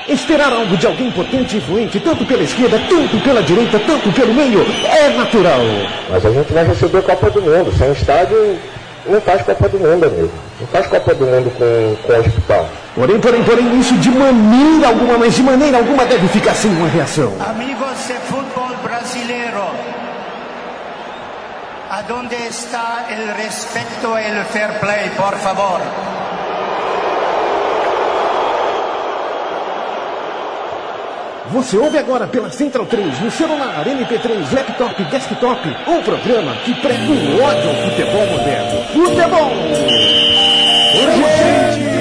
Esperar algo de alguém potente e influente, tanto pela esquerda, tanto pela direita, tanto pelo meio, é natural. Mas a gente vai receber a Copa do Mundo. Sem estádio, não faz Copa do Mundo, amigo. Não faz Copa do Mundo com hospital. Porém, isso de maneira alguma, mas de maneira alguma deve ficar sem uma reação. Amigos de futebol brasileiro, aonde está o respeito e o fair play, por favor? Você ouve agora pela Central 3, no celular, MP3, laptop, desktop, um programa que prega o ódio ao futebol moderno. Futebol! Urgente!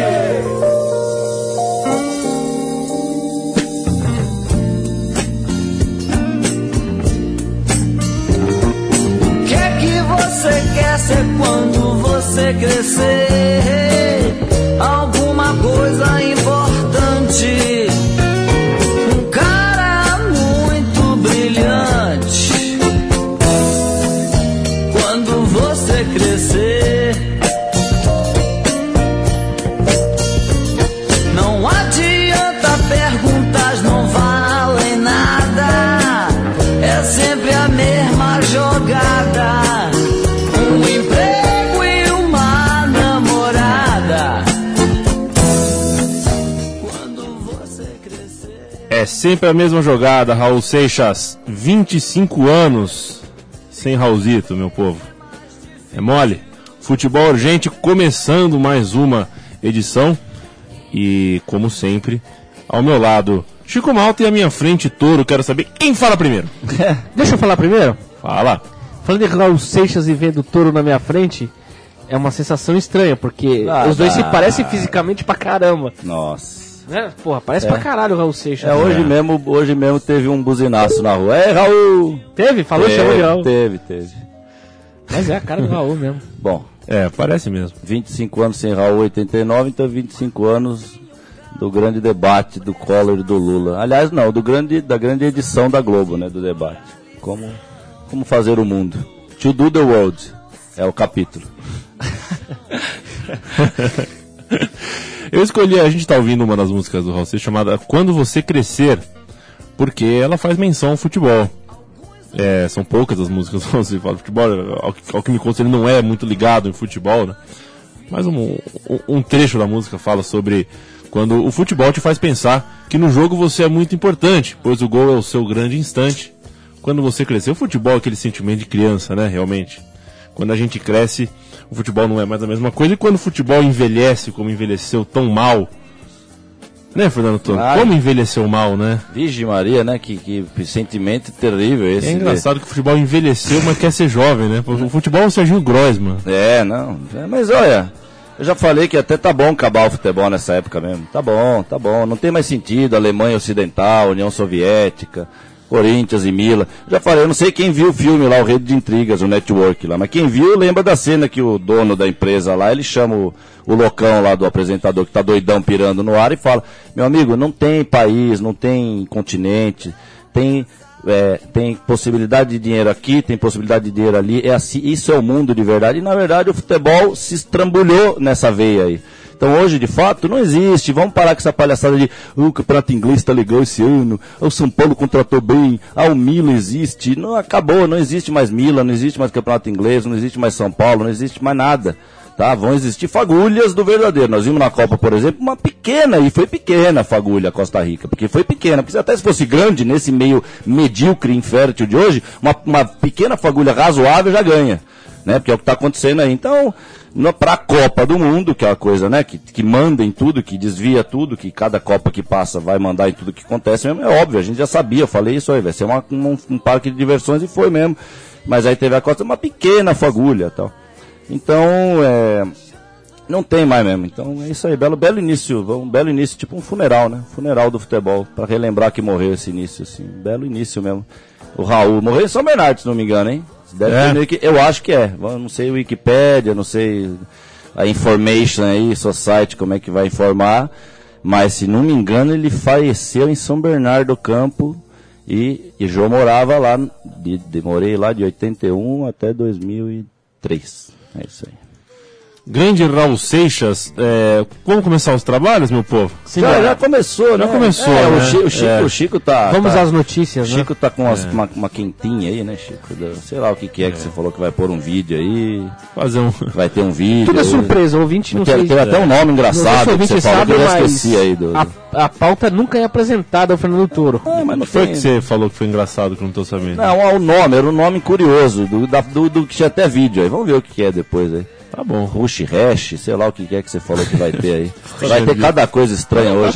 O que é que você quer ser quando você crescer? Alguma coisa importante. Quando você crescer, não adianta perguntas, não valem nada. É sempre a mesma jogada, um emprego e uma namorada. Quando você crescer. É sempre a mesma jogada, Raul Seixas. 25 anos sem Raulzito, meu povo. É mole. Futebol Urgente começando mais uma edição. E, como sempre, ao meu lado, Chico Malta, e à minha frente, Toro. Quero saber quem fala primeiro. Deixa eu falar primeiro? Fala. Falando de Raul Seixas e vendo o Toro na minha frente, é uma sensação estranha, porque os dois se parecem fisicamente pra caramba. Nossa. Porra, parece pra caralho o Raul Seixas. Hoje mesmo teve um buzinaço na rua. É, Raul! Teve? Falou, chamou de Raul. Teve. Mas é a cara do Raul mesmo. Bom. Parece mesmo. 25 anos sem Raul, 89, então 25 anos do grande debate do Collor e do Lula. Aliás, não, da grande edição da Globo, né, do debate. Como fazer o mundo. To do the world é o capítulo. Eu escolhi, a gente tá ouvindo uma das músicas do Raul Seixas chamada Quando Você Crescer, porque ela faz menção ao futebol. São poucas as músicas que você fala de futebol, ao que me consta ele não é muito ligado em futebol, né? Mas um trecho da música fala sobre quando o futebol te faz pensar que no jogo você é muito importante, pois o gol é o seu grande instante. Quando você crescer, o futebol é aquele sentimento de criança, né, realmente. Quando a gente cresce, o futebol não é mais a mesma coisa, e quando o futebol envelhece como envelheceu tão mal, né, Fernando Toro? Como envelheceu mal, né? Virgem Maria, né? Que sentimento terrível esse. É engraçado que o futebol envelheceu, mas quer ser jovem, né? O futebol é o Serginho Groisman. Mas olha, eu já falei que até tá bom acabar o futebol nessa época mesmo. Tá bom. Não tem mais sentido. Alemanha Ocidental, União Soviética, Corinthians e Milan. Já falei, eu não sei quem viu o filme lá, o Rede de Intrigas, o Network lá, mas quem viu lembra da cena que o dono da empresa lá, ele chama o loucão lá do apresentador que tá doidão pirando no ar e fala, meu amigo, não tem país, não tem continente, tem possibilidade de dinheiro aqui, tem possibilidade de dinheiro ali, é assim, isso é o mundo de verdade, e na verdade o futebol se estrambulhou nessa veia aí. Então hoje, de fato, não existe. Vamos parar com essa palhaçada de o campeonato inglês está legal esse ano, o São Paulo contratou bem, o Milan existe. Não, acabou, não existe mais Milan, não existe mais campeonato inglês, não existe mais São Paulo, não existe mais nada. Tá? Vão existir fagulhas do verdadeiro. Nós vimos na Copa, por exemplo, uma pequena, e foi pequena a fagulha Costa Rica, porque foi pequena, porque até se fosse grande, nesse meio medíocre, infértil de hoje, uma pequena fagulha razoável já ganha, né? Porque é o que está acontecendo aí. Então, para a Copa do Mundo, que é uma coisa, né, que manda em tudo, que desvia tudo, que cada Copa que passa vai mandar em tudo que acontece mesmo, é óbvio, a gente já sabia, eu falei isso aí, vai ser um parque de diversões, e foi mesmo. Mas aí teve a Copa, uma pequena fagulha e tal. Então, não tem mais mesmo. Então é isso aí, belo início, tipo um funeral, né? Funeral do futebol, para relembrar que morreu esse início, assim, belo início mesmo. O Raul morreu em São Bernardo, se não me engano, hein? Deve ter, eu acho que é. Eu não sei o Wikipédia, não sei a information aí, Society, como é que vai informar. Mas, se não me engano, ele faleceu em São Bernardo do Campo. E eu morava lá, morei lá de 81 até 2003. É isso aí. Grande Raul Seixas, vamos começar os trabalhos, meu povo? Já começou, né? Já começou, o Chico tá... Vamos às notícias, né? Chico tá com uma quentinha aí, né, Chico? Sei lá o que é que você falou que vai pôr um vídeo aí. Vai ter um vídeo. Tudo é surpresa, o ouvinte não sei. Teve até um nome engraçado que você falou que eu já esqueci aí. A pauta nunca é apresentada ao Fernando Toro. Mas não foi que você falou que foi engraçado, que eu não tô sabendo. Não, o nome, era um nome curioso, do que tinha até vídeo aí. Vamos ver o que é depois aí. Tá bom. Rush, hash, sei lá o que é que você falou que vai ter aí. Vai ter cada coisa estranha hoje.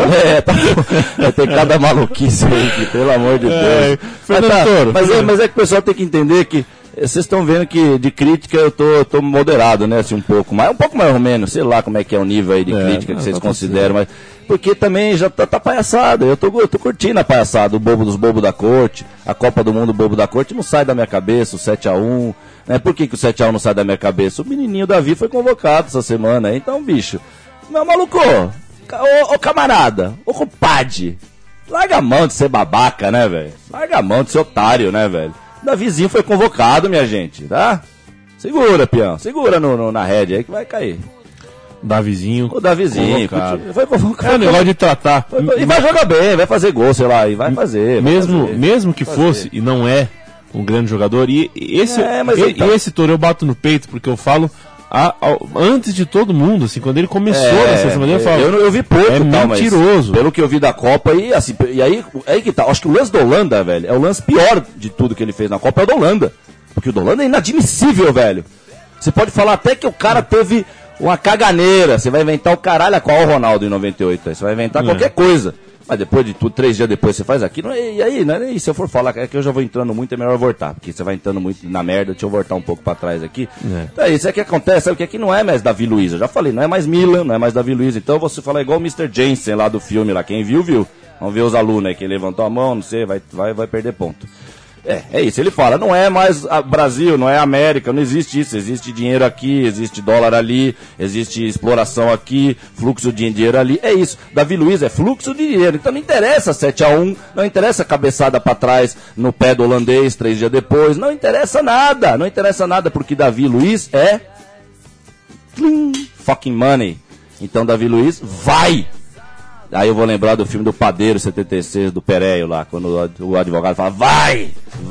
Vai ter cada maluquice aí, que, pelo amor de Deus. Mas é que o pessoal tem que entender que vocês estão vendo que de crítica eu tô moderado, né? Assim, um pouco mais ou menos, sei lá como é que é o nível aí de crítica que vocês consideram, mas porque também já tá palhaçada. Eu tô curtindo a palhaçada, o bobo dos bobos da corte, a Copa do Mundo bobo da corte não sai da minha cabeça, o 7-1. Né? Por que o 7-1 não sai da minha cabeça? O menininho Davi foi convocado essa semana, então, bicho, meu maluco, ô camarada, ô compadre, larga a mão de ser babaca, né, velho? Larga a mão de ser otário, né, velho? Davizinho foi convocado, minha gente, tá? Segura, peão, segura na rédea aí que vai cair. Davizinho. O Davizinho. Foi convocado. É o negócio de tratar. E vai jogar bem, vai fazer gol, sei lá, e vai fazer. Mesmo que fosse, e não é um grande jogador, e esse Toro eu bato no peito, porque eu falo antes de todo mundo, assim, quando ele começou nessa semana, eu falo. Eu vi pouco, mentiroso. Mas pelo que eu vi da Copa, e assim, e aí que tá. Acho que o lance da Holanda, velho, é o lance pior de tudo que ele fez na Copa, é o da Holanda. Porque o da Holanda é inadmissível, velho. Você pode falar até que o cara teve uma caganeira. Você vai inventar o caralho a qual o Ronaldo em 98. Aí você vai inventar qualquer coisa. Mas depois de tudo, 3 dias depois você faz aquilo. E aí, né? E se eu for falar, é que eu já vou entrando muito, é melhor voltar. Porque você vai entrando muito na merda, deixa eu voltar um pouco pra trás aqui. Então, isso é que acontece, sabe? Que aqui não é mais Davi Luiz. Eu já falei, não é mais Milan, não é mais Davi Luiz. Então você fala igual o Mr. Jensen lá do filme, lá. Quem viu, viu. Vamos ver os alunos aí, que levantou a mão, não sei, vai perder ponto. É isso, ele fala, não é mais Brasil, não é América, não existe isso, existe dinheiro aqui, existe dólar ali, existe exploração aqui, fluxo de dinheiro ali, é isso. Davi Luiz é fluxo de dinheiro, então não interessa 7-1, não interessa cabeçada pra trás no pé do holandês 3 dias depois, não interessa nada, porque Davi Luiz é fucking money. Então Davi Luiz vai! Aí eu vou lembrar do filme do Padeiro 76, do Pereio lá, quando o advogado fala, vai!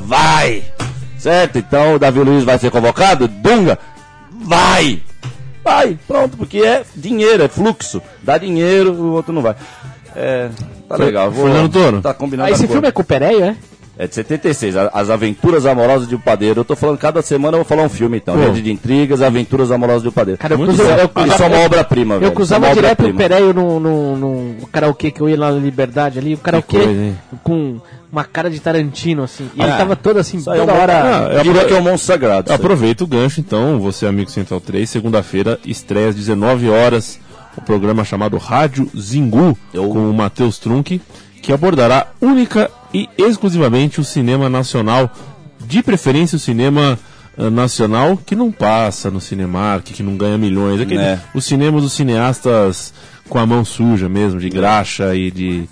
Certo? Então o Davi Luiz vai ser convocado? Dunga! Vai! Pronto, porque é dinheiro, é fluxo. Dá dinheiro, o outro não vai. Tá legal. Fernando Toro. Tá combinado. Esse filme é com o Pereio, é? É de 76, As Aventuras Amorosas de um Padeiro. Eu tô falando, cada semana eu vou falar um filme, então. Rede de Intrigas, Aventuras Amorosas de um Padeiro. Cara, isso é uma obra-prima, velho. Eu cruzava direto o Pereio no karaokê que eu ia lá na Liberdade ali. O karaokê com uma cara de Tarantino, assim. E ele tava todo assim, toda hora. Eu diria que é um monstro sagrado. Aproveita o gancho, então, você, amigo Central 3, segunda-feira, estreia às 19 horas, o programa chamado Rádio Zingu, com o Matheus Trunck, que abordará única e exclusivamente o cinema nacional, de preferência o cinema nacional que não passa no Cinemark, que não ganha milhões, os cinemas dos cineastas com a mão suja mesmo, de graxa e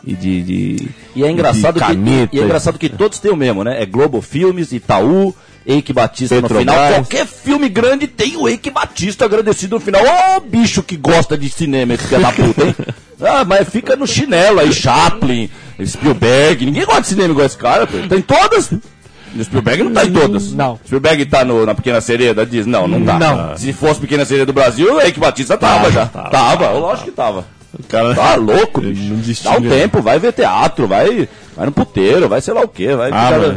é engraçado caneta. E é engraçado que todos têm o mesmo, né? É Globo Filmes, Itaú, Eike Batista no final. Qualquer filme grande tem o Eike Batista agradecido no final. Ô, bicho que gosta de cinema, esse filho da puta, hein? Mas fica no chinelo aí, Chaplin, Spielberg. Ninguém gosta de cinema igual esse cara, pô. Tem todas. O Spielberg não tá em todas. Não. Spielberg tá na Pequena Sereia da Disney? Não tá. Não. Se fosse Pequena Sereia do Brasil, o Eike Batista tava já. Tava, lógico que tava. O cara tá louco, bicho. Dá um tempo, vai ver teatro, vai no puteiro, vai sei lá o quê, vai.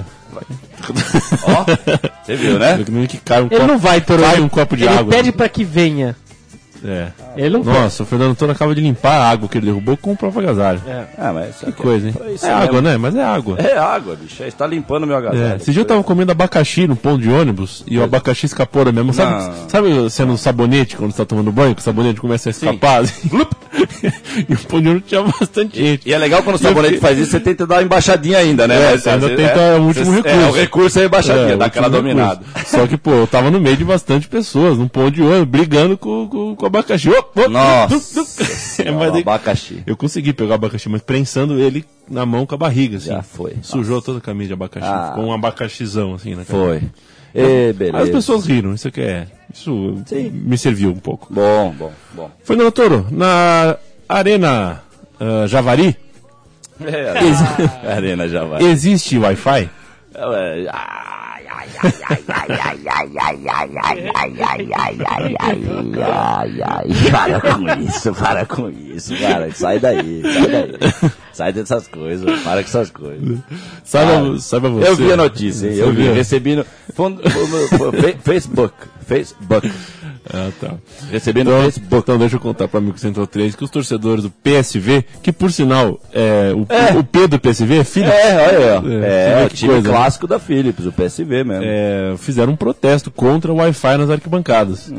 Ó, você viu, né? Ele não vai, Toro. Cai um copo de água. Ele pede pra que venha. Ele não Nossa, o Fernando Toro acaba de limpar a água que ele derrubou com o próprio agasalho. Mas que coisa, hein? É água, né? Mas é água. É água, bicho. Está limpando meu agasalho. Esse dia eu tava comendo abacaxi no ponto de ônibus e o abacaxi escapou da minha mão. Sabe sendo sabonete quando você tá tomando banho, que o sabonete começa a escapar? Assim, e o ponto de ônibus tinha bastante gente. E é legal quando o sabonete faz isso, você tenta dar uma embaixadinha ainda, né? Você ainda tenta o último recurso. O recurso é a embaixadinha, dá aquela dominada. Só que, pô, eu tava no meio de bastante pessoas, num ponto de ônibus, brigando com o abacaxi. Nossa, abacaxi. Eu consegui pegar o abacaxi, mas prensando ele na mão com a barriga, assim. Já foi. Sujou toda a camisa de abacaxi. Ficou um abacaxizão, assim, na camisa. Foi. Beleza. As pessoas riram, isso me serviu um pouco. Bom. Fernando Toro, na Arena Javari, Arena Javari. existe Wi-Fi? Para com isso, cara. Sai daí. Sai dessas coisas, para com essas coisas. Saiba você. Eu vi a notícia, recebi no Facebook. Tá. Recebi no Facebook. Então deixa eu contar para amigo Central 3 que os torcedores do PSV, que por sinal, o P do PSV é Philips. Olha aí, ó. O time clássico da Philips, o PSV mesmo. Fizeram um protesto contra o Wi-Fi nas arquibancadas.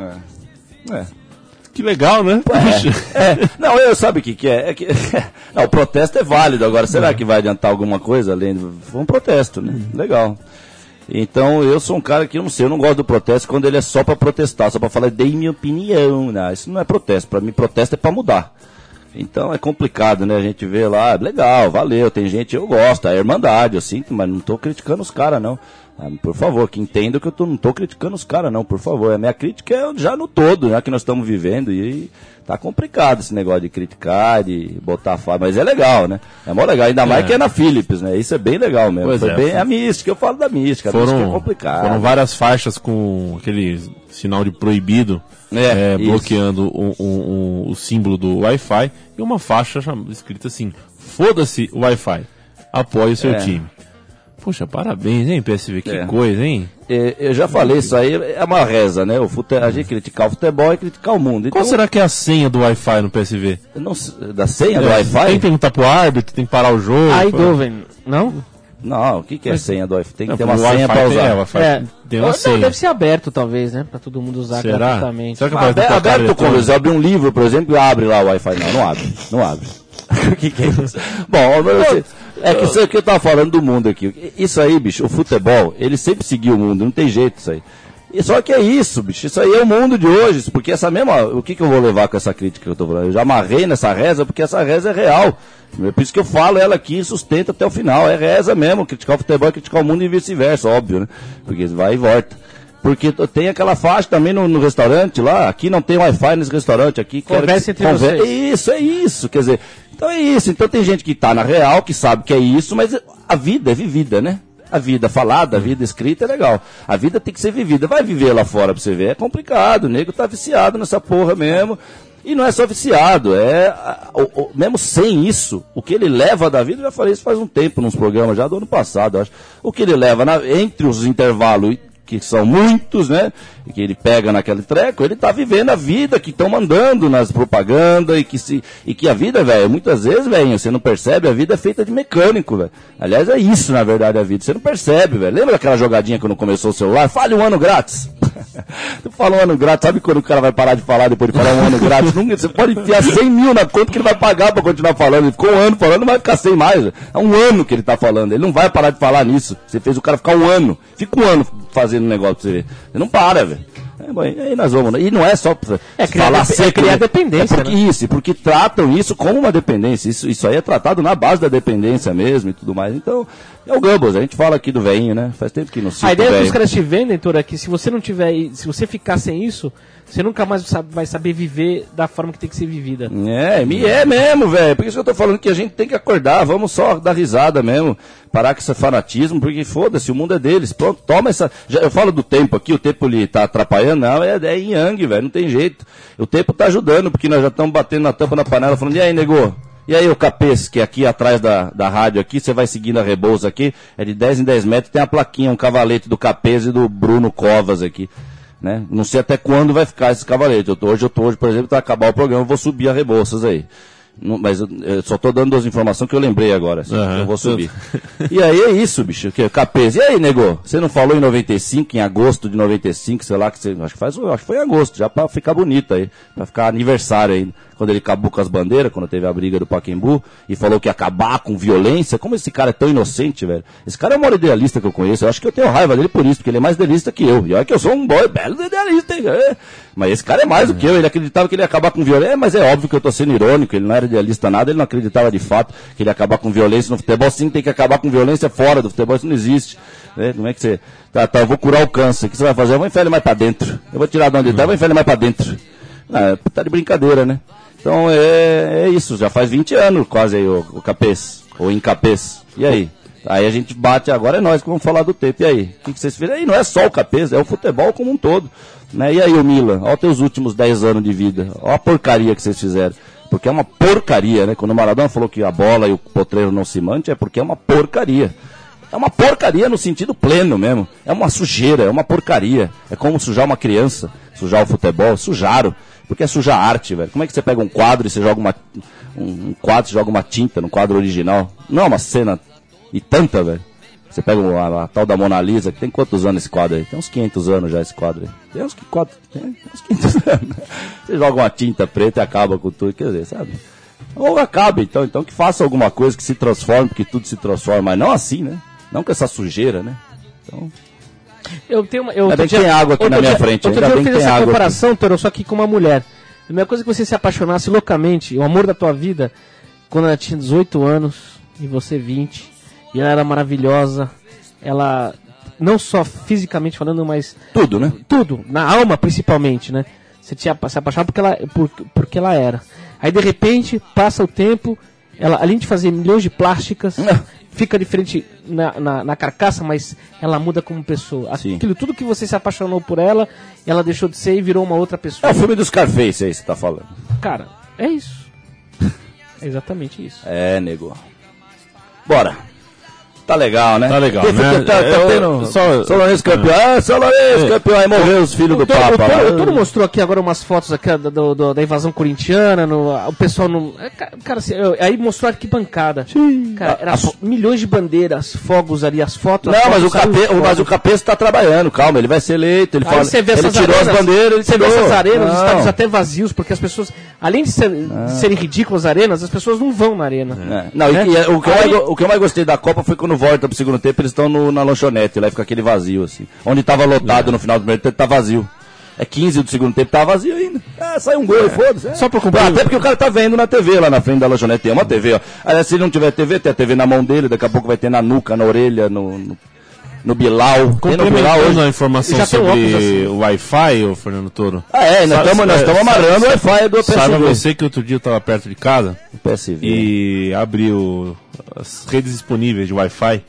Que legal, né? Não, sabe o que é? Não, o protesto é válido. Agora, será que vai adiantar alguma coisa além Foi um protesto, né? Legal. Então, eu sou um cara que, eu não sei, eu não gosto do protesto quando ele é só pra protestar, só pra falar, dei minha opinião. Não, isso não é protesto. Pra mim, protesto é pra mudar. Então, é complicado, né? A gente vê lá, legal, valeu, tem gente, eu gosto, a irmandade, eu sinto, mas não tô criticando os caras, não. Por favor, que entenda que eu não tô criticando os caras, não, por favor. A minha crítica é já no todo, né, que nós estamos vivendo, e tá complicado esse negócio de criticar, de botar fala, mas é legal, né? É mó legal, ainda mais que é na Philips, né? Isso é bem legal mesmo. Foi bem a mística, eu falo da mística, a mística é complicada. Foram várias faixas com aquele sinal de proibido, bloqueando o símbolo do Wi-Fi, e uma faixa escrita assim, foda-se o Wi-Fi, apoie o seu time. Poxa, parabéns, hein, PSV, que coisa, hein? Eu já falei, isso aí é uma reza, né? A gente criticar o futebol é criticar o mundo. Então, qual será que é a senha do Wi-Fi no PSV? Da senha do Wi-Fi? Tem que perguntar pro árbitro, tem que parar o jogo. Eindhoven, não? Não, o que é senha do Wi-Fi? Tem que ter uma senha pra usar. Tem uma senha. Deve ser aberto, talvez, né? Pra todo mundo usar gratuitamente. Será que aberto quando você abre um livro, por exemplo, e abre lá o Wi-Fi. Não abre. O que é isso? Bom, isso que eu tava falando do mundo aqui. Isso aí, bicho, o futebol, ele sempre seguiu o mundo, não tem jeito isso aí. E só que é isso, bicho, isso aí é o mundo de hoje, porque essa mesma, o que eu vou levar com essa crítica que eu tô falando? Eu já amarrei nessa reza, porque essa reza é real. É por isso que eu falo ela aqui e sustento até o final, é reza mesmo, criticar o futebol é criticar o mundo e vice-versa, óbvio, né? Porque vai e volta. Porque tem aquela faixa também no restaurante lá, aqui não tem Wi-Fi nesse restaurante, aqui... Conversa entre vocês. Isso, é isso, quer dizer... Então é isso, então tem gente que tá na real, que sabe que é isso, mas a vida é vivida, né? A vida falada, a vida escrita é legal. A vida tem que ser vivida. Vai viver lá fora pra você ver, é complicado, o nego tá viciado nessa porra mesmo. E não é só viciado, mesmo sem isso, o que ele leva da vida, eu já falei isso faz um tempo, nos programas já do ano passado, eu acho. O que ele leva entre os intervalos, que são muitos, né, que ele pega naquele treco, ele tá vivendo a vida que estão mandando nas propagandas, e que a vida, velho, muitas vezes, velho, você não percebe, a vida é feita de mecânico, velho. Aliás, é isso, na verdade, a vida, você não percebe, velho. Lembra daquela jogadinha quando começou o celular? Fale um ano grátis. Tu fala um ano grátis, sabe quando o cara vai parar de falar depois de falar um ano grátis? Você pode enfiar 100 mil na conta que ele vai pagar pra continuar falando. Ele ficou um ano falando, não vai ficar 100 mais. Véio. É um ano que ele tá falando, ele não vai parar de falar nisso. Você fez o cara ficar um ano. Fica um ano fazendo um negócio pra você ver. Você não para, velho. Aí nós vamos. E não é só criar dependência. Porque tratam isso como uma dependência. Isso aí é tratado na base da dependência mesmo e tudo mais. Então, é o Goebbels. A gente fala aqui do velhinho, né? Faz tempo que não cita. A ideia que os caras te vendem, Heitor, é que se você não tiver, se você ficar sem isso, você nunca mais vai saber viver da forma que tem que ser vivida. É mesmo, velho. Por isso que eu tô falando que a gente tem que acordar, vamos só dar risada mesmo, parar com esse fanatismo, porque foda-se, o mundo é deles. Pronto, toma essa... Eu falo do tempo aqui, o tempo ele tá atrapalhando, não, é yang, velho, não tem jeito. O tempo tá ajudando, porque nós já estamos batendo na tampa na panela, falando, e aí, nego? E aí o Capês, que é aqui atrás da rádio aqui, você vai seguindo a Rebouça aqui, é de 10 em 10 metros, tem a plaquinha, um cavalete do Capês e do Bruno Covas aqui. Né? Não sei até quando vai ficar esse cavalete. Hoje, por exemplo, para acabar o programa, eu vou subir a Rebouças aí. Mas eu só tô dando duas informações que eu lembrei agora. Assim, eu vou subir. E aí é isso, bicho. Capês. E aí, nego? Você não falou em 95, em agosto de 95, sei lá, acho que foi em agosto, já pra ficar bonito aí. Pra ficar aniversário aí. Quando ele acabou com as bandeiras, quando teve a briga do Pacaembu, e falou que ia acabar com violência. Como esse cara é tão inocente, velho? Esse cara é o maior idealista que eu conheço. Eu acho que eu tenho raiva dele por isso, porque ele é mais idealista que eu. E olha que eu sou um boy belo idealista, hein? Mas esse cara é mais do que eu, ele acreditava que ele ia acabar com violência, mas é óbvio que eu tô sendo irônico, ele não era idealista nada, ele não acreditava de fato que ele ia acabar com violência no futebol, sim, tem que acabar com violência fora do futebol, isso não existe, né? Como é que você, tá, eu vou curar o câncer, o que você vai fazer? Eu vou enfiar ele mais pra dentro, eu vou tirar de onde ele tá, eu vou enfiar ele mais pra dentro. Tá de brincadeira, né? Então é isso, já faz 20 anos quase aí o Capês, ou Incapês, e aí? Aí a gente bate, agora é nós que vamos falar do tempo, e aí? O que vocês fizeram? Aí não é só o Capês, é o futebol como um todo. Né? E aí, o Milan, olha os teus últimos 10 anos de vida, olha a porcaria que vocês fizeram. Porque é uma porcaria, né? Quando o Maradona falou que a bola e o potreiro não se mante, é porque é uma porcaria. É uma porcaria no sentido pleno mesmo. É uma sujeira, é uma porcaria. É como sujar uma criança, sujar o futebol, sujaram. Porque é sujar arte, velho. Como é que você pega um quadro e você joga um quadro, você joga uma tinta no quadro original? Não é uma cena e tanta, velho. Você pega a tal da Mona Lisa, que tem quantos anos esse quadro aí? Tem uns 500 anos já esse quadro aí. Tem uns 500 anos. Você joga uma tinta preta e acaba com tudo, quer dizer, sabe? Ou acaba, então que faça alguma coisa que se transforme, porque tudo se transforma, mas não assim, né? Não com essa sujeira, né? Então... Ainda bem que tem água aqui na minha frente. Outro dia eu fiz essa comparação, Toro, só que com uma mulher. A mesma coisa que você se apaixonasse loucamente, o amor da tua vida, quando ela tinha 18 anos e você 20... E ela era maravilhosa, ela, não só fisicamente falando, mas... Tudo, né? Tudo, na alma principalmente, né? Você se apaixonava porque ela era. Aí de repente, passa o tempo, ela, além de fazer milhões de plásticas, fica diferente na carcaça, mas ela muda como pessoa. Aquilo, tudo que você se apaixonou por ela, ela deixou de ser e virou uma outra pessoa. É o filme do Scarface aí, você tá falando. Cara, é isso. É exatamente isso. É, nego. Bora. Tá legal, né? Tá legal, né? Tá tendo... São Lourenço campeão. São Lourenço campeão. Aí morreu os filhos do Papa. O Toro mostrou aqui agora umas fotos aqui da invasão corintiana. O pessoal não... Cara, assim, aí mostrou a arquibancada. Cara, era milhões de bandeiras, fogos ali, as fotos. Não, mas o Capês tá trabalhando, calma. Ele vai ser eleito. Ele fala, você vê ele tirou arenas, as bandeiras. Você vê essas arenas, os estádios até vazios, porque as pessoas, além de serem ridículas as arenas, as pessoas não vão na arena. Não, o que eu mais gostei da Copa foi quando volta pro segundo tempo, eles estão na lanchonete, lá fica aquele vazio, assim. Onde tava lotado no final do primeiro tempo, tá vazio. É 15 do segundo tempo, tá vazio ainda. Sai um gol e foda-se. Só pra cumprir. Até porque o cara tá vendo na TV, lá na frente da lanchonete. Tem uma TV, ó. Aí, se não tiver TV, tem a TV na mão dele, daqui a pouco vai ter na nuca, na orelha, no Bilal. Tem no Bilal hoje. A informação sobre o Wi-Fi, ô Fernando Toro. Nós estamos amarrando o Wi-Fi do PSV. Sabe você que outro dia eu tava perto de casa PSV. E abriu as redes disponíveis de Wi-Fi.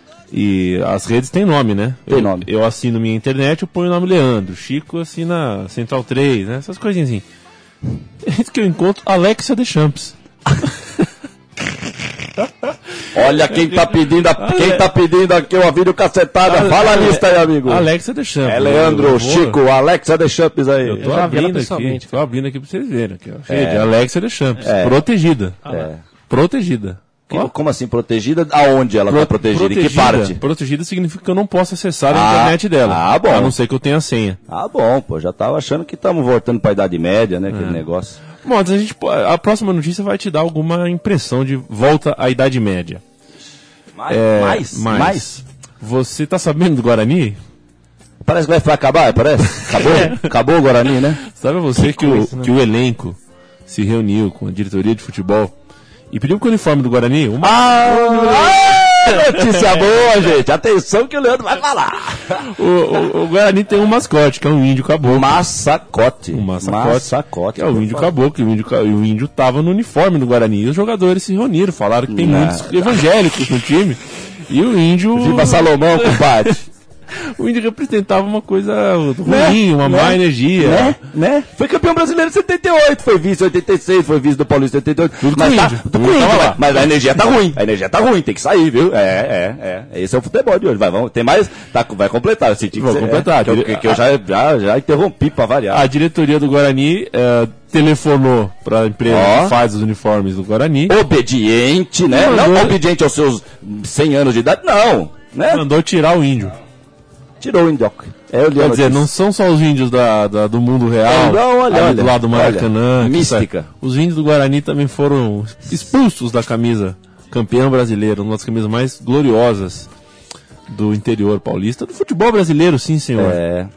E as redes têm nome, né? Tem nome. Eu assino minha internet, eu ponho o nome Leandro. Chico assina Central 3, né? Essas coisinhas assim. É isso que eu encontro Alexia Deschamps. Olha quem tá pedindo aqui uma videocacetada. Fala a lista aí, amigo. Alexia Deschamps. É Leandro, Chico, Alexia Deschamps aí. Eu tô abrindo aqui pra vocês verem. Aqui, ó. Rede Alexia Deschamps. Protegida. Protegida. Como assim, protegida? Aonde ela está protegida? Em que parte? Protegida significa que eu não posso acessar a internet dela. Bom. A não ser que eu tenha a senha. Bom, pô, já tava achando que estamos voltando para a Idade Média, né, aquele negócio. Bom, a próxima notícia vai te dar alguma impressão de volta à Idade Média. Mais? Você tá sabendo do Guarani? Parece que vai acabar, parece? Acabou o Guarani, né? Sabe você que o elenco se reuniu com a diretoria de futebol e pediu que o uniforme do Guarani... Notícia boa, gente. Atenção que o Leandro vai falar. O Guarani tem um mascote, que é um índio caboclo. Massacote. Que é o índio caboclo. O índio tava no uniforme do Guarani. E os jogadores se reuniram, falaram que tem muitos evangélicos no time. E o índio... Viva Salomão, compadre. O índio representava uma coisa ruim, uma má energia. Né? Foi campeão brasileiro em 78, foi vice em 86, foi vice do Paulista em 88. Tudo mas com índio. Mas a energia tá ruim. A energia tá ruim, tem que sair, viu? Esse é o futebol de hoje. Tem mais? Vai completar. Vou completar. Que eu já interrompi pra variar. A diretoria do Guarani telefonou pra empresa que faz os uniformes do Guarani. Obediente, né? Não obediente aos seus 100 anos de idade, não. Né? Mandou tirar o índio. Tirou o índio. Quer dizer, não são só os índios do mundo real, do lado do Maracanã. Mística. Os índios do Guarani também foram expulsos da camisa campeão brasileiro, uma das camisas mais gloriosas do interior paulista, do futebol brasileiro, sim, senhor.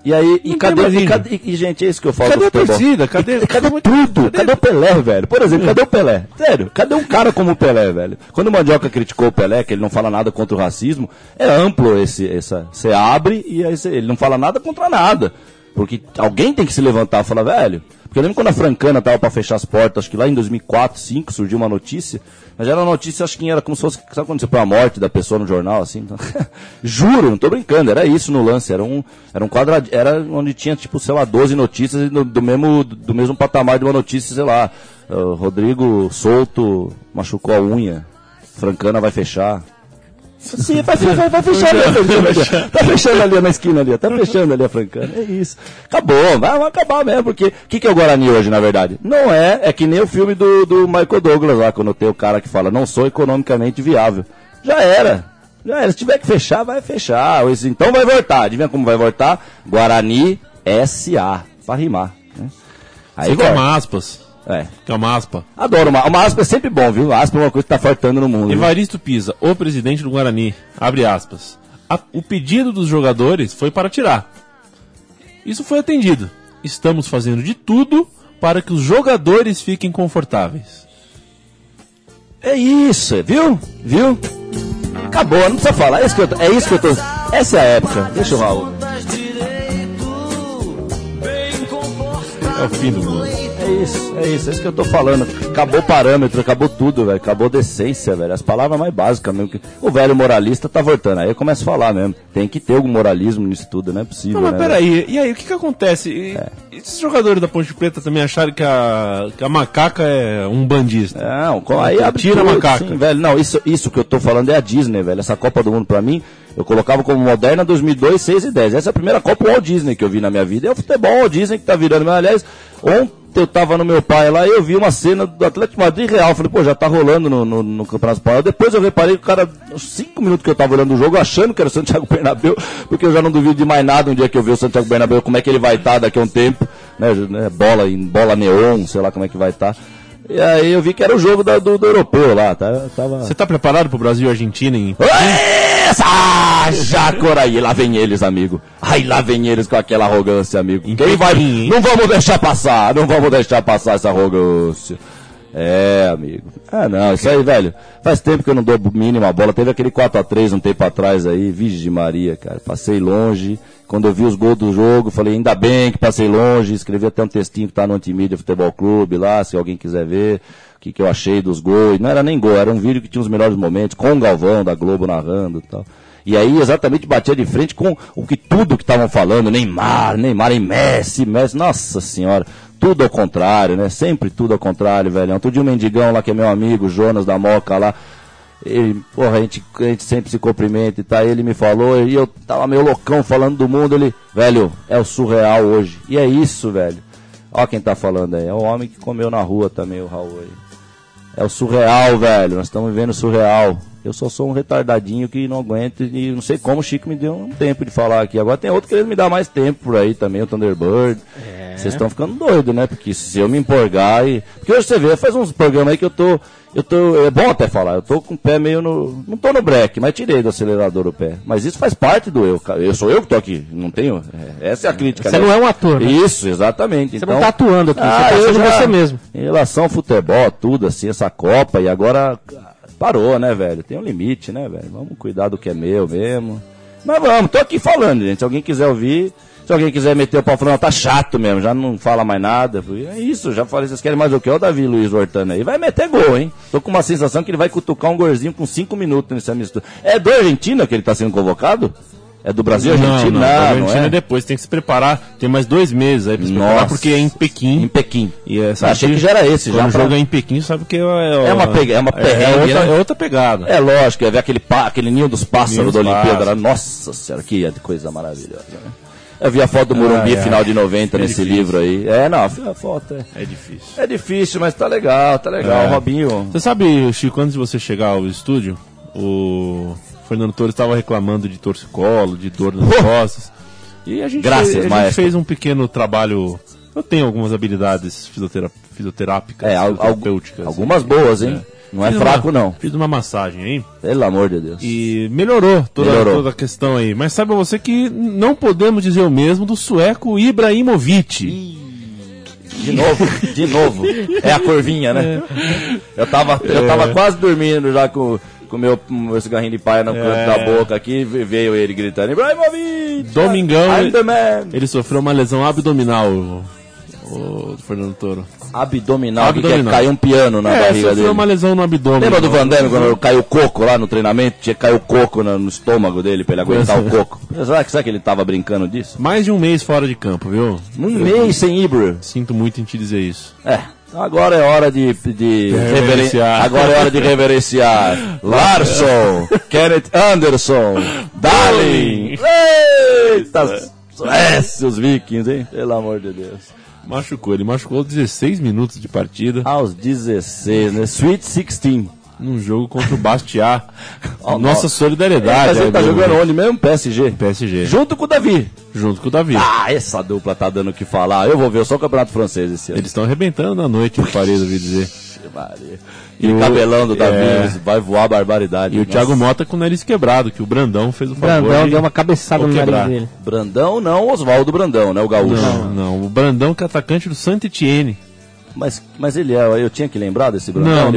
E aí, Não tem mais índio. gente, é isso que eu falo. Cadê do a futebol. torcida? Cadê Tudo? Cadê o Pelé, velho? Por exemplo, cadê o Pelé? Sério, cadê um cara como o Pelé, velho? Quando o Mandioca criticou o Pelé, que ele não fala nada contra o racismo, é amplo você abre e aí ele não fala nada contra nada. Porque alguém tem que se levantar e falar, velho. Porque eu lembro quando a Francana tava pra fechar as portas, acho que lá em 2004, 2005 surgiu uma notícia, mas era uma notícia, acho que era como se fosse, sabe quando você põe a morte da pessoa no jornal, assim? Então, juro, não tô brincando, era isso no lance, era um quadrado, era onde tinha, tipo, sei lá, 12 notícias do mesmo patamar de uma notícia, sei lá, Rodrigo Souto machucou a unha, Francana vai fechar. Sim, vai fechar ali. Tá fechando ali na esquina ali. Tá fechando ali a Francana. É isso. Acabou, vai acabar mesmo. Porque o que é o Guarani hoje, na verdade? Não é que nem o filme do Michael Douglas lá, quando tem o cara que fala, não sou economicamente viável. Já era. Se tiver que fechar, vai fechar. Então vai voltar. Adivinha como vai voltar? Guarani S.A. Pra rimar. Né? Aí você quer uma aspas? Que é uma aspa. Adoro uma aspa, é sempre bom, viu? A aspa é uma coisa que tá faltando no mundo. Evaristo Pisa, o presidente do Guarani, abre aspas. O pedido dos jogadores foi para tirar. Isso foi atendido. Estamos fazendo de tudo para que os jogadores fiquem confortáveis. É isso, viu? Acabou, não precisa falar. É isso que eu tô. Essa é a época. Deixa o Raul. É o fim do mundo. É isso que eu tô falando. Acabou o parâmetro, acabou tudo, velho. Acabou a decência, velho. As palavras mais básicas mesmo. Que o velho moralista tá voltando. Aí eu começo a falar mesmo. Tem que ter algum moralismo nisso tudo, não é possível. Não, mas né, peraí, e aí, o que acontece? Esses jogadores da Ponte Preta também acharam que a macaca é um bandista. Não, aí abre tira tudo, a macaca. Sim, velho. Não, isso que eu tô falando é a Disney, velho. Essa Copa do Mundo pra mim, eu colocava como moderna 2002, 6 e 10. Essa é a primeira Copa Walt Disney que eu vi na minha vida. É o futebol Walt Disney que tá virando. Mas, aliás, ontem eu tava no meu pai lá e eu vi uma cena do Atlético Madrid Real. Falei, pô, já tá rolando no Campeonato Espanhol. Depois eu reparei que o cara, uns 5 minutos que eu tava olhando o jogo, achando que era o Santiago Bernabéu, porque eu já não duvido de mais nada um dia que eu ver o Santiago Bernabéu, como é que ele vai estar daqui a um tempo, né? Bola neon, sei lá como é que vai estar. E aí eu vi que era o jogo do europeu lá. Você tá preparado pro Brasil e Argentina em... Aí lá vem eles, amigo. Aí lá vem eles com aquela arrogância, amigo. Quem vai? Não vamos deixar passar essa arrogância. Amigo. Não, isso aí, velho. Faz tempo que eu não dou mínima bola. Teve aquele 4x3 um tempo atrás aí, Virgem Maria, cara. Passei longe. Quando eu vi os gols do jogo, falei, ainda bem que passei longe. Escrevi até um textinho que tá no Antimídia Futebol Clube lá, se alguém quiser ver o que eu achei dos gols. Não era nem gol, era um vídeo que tinha os melhores momentos, com o Galvão da Globo narrando e tal. E aí exatamente batia de frente com tudo que estavam falando, Neymar e Messi, nossa senhora, tudo ao contrário, né? Sempre tudo ao contrário, velho. Outro dia um mendigão lá que é meu amigo, Jonas da Moca lá, ele, porra, a gente sempre se cumprimenta e tá, ele me falou, e eu tava meio loucão falando do mundo, ele, velho, é o surreal hoje. E é isso, velho. Ó quem tá falando aí, é o homem que comeu na rua também, o Raul aí. É o surreal, velho, nós estamos vivendo o surreal. Eu só sou um retardadinho que não aguento e não sei como o Chico me deu um tempo de falar aqui. Agora tem outro querendo me dar mais tempo por aí também, o Thunderbird. Vocês estão ficando doidos, né? Porque se eu me empolgar e... Porque hoje você vê, faz uns programas aí que eu tô... É bom até falar, eu tô com o pé meio no... Não tô no breque, mas tirei do acelerador o pé. Mas isso faz parte do eu, cara. Sou eu que tô aqui, não tenho... Essa é a crítica, Você né? não é um ator, né? Isso, exatamente. Você então, não tá atuando aqui, você tá sendo você mesmo. Em relação ao futebol, tudo assim, essa Copa, e agora... Parou, né, velho? Tem um limite, né, velho? Vamos cuidar do que é meu mesmo. Mas vamos, tô aqui falando, gente. Se alguém quiser ouvir, se alguém quiser meter o pau falando, tá chato mesmo, já não fala mais nada. É isso, já falei, vocês querem mais o que? Olha o Davi Luiz Hortano aí. Vai meter gol, hein? Tô com uma sensação que ele vai cutucar um golzinho com 5 minutos nesse amistoso. É do Argentina que ele tá sendo convocado? É do Brasil Argentina? Não, Argentina depois, tem que se preparar, tem mais 2 meses aí pra se preparar, porque é em Pequim. Em Pequim. E achei que já era esse. Quando já o jogo é em Pequim, sabe que é uma perrengue, é outra pegada. É lógico, é ver aquele ninho dos pássaros da Olimpíada lá. Pássaros. Nossa senhora, que coisa maravilhosa, né? Eu vi a foto do Morumbi final de 90 nesse difícil. livro aí. A foto É difícil. É difícil, mas tá legal, Robinho. Você sabe, Chico, antes de você chegar ao estúdio, o Fernando Torres estava reclamando de torcicolo, de dor nas costas. E a gente, fez um pequeno trabalho. Eu tenho algumas habilidades fisioterápicas, terapêuticas. Algumas boas, hein? Não é fraco, não. Fiz uma massagem aí. Pelo amor de Deus. E melhorou toda a questão aí. Mas saiba você que não podemos dizer o mesmo do sueco Ibrahimovic. De novo. É a curvinha, né? Eu tava quase dormindo já com meu cigarrinho de paia no canto da boca aqui, veio ele gritando: Ibrahimovic! Domingão, I'm the man! ele sofreu uma lesão abdominal, o Fernando Toro. Abdominal, que caiu um piano na barriga dele. Sofreu uma lesão no abdômen. Lembra do Van Damme quando caiu o coco lá no treinamento? Tinha que cair o coco no estômago dele pra ele aguentar o coco. Será que ele tava brincando disso? Mais de um mês fora de campo, viu? Mês sem Ibra. Sinto muito em te dizer isso. Agora é hora de reverenciar. Agora é hora de reverenciar Larsson, Kenneth Anderson, Dahlin. Eita, os Vikings, hein? Pelo amor de Deus. Ele machucou 16 minutos de partida. Aos 16, né? Sweet 16. Num jogo contra o Bastiat. Nossa solidariedade. Mas ele tá jogando onde mesmo? PSG. Junto com o Davi. Essa dupla tá dando o que falar. Eu vou ver só o Campeonato Francês esse ano. Eles estão arrebentando na noite em Paris, ouvi dizer. E o cabelão do Davi vai voar barbaridade. E o Thiago Mota com o nariz quebrado, que o Brandão fez o favor. Brandão deu uma cabeçada no nariz dele. Brandão não, Oswaldo Brandão, né? O gaúcho. Não, o Brandão que é atacante do Saint-Étienne. Mas ele eu tinha que lembrar desse Brandão?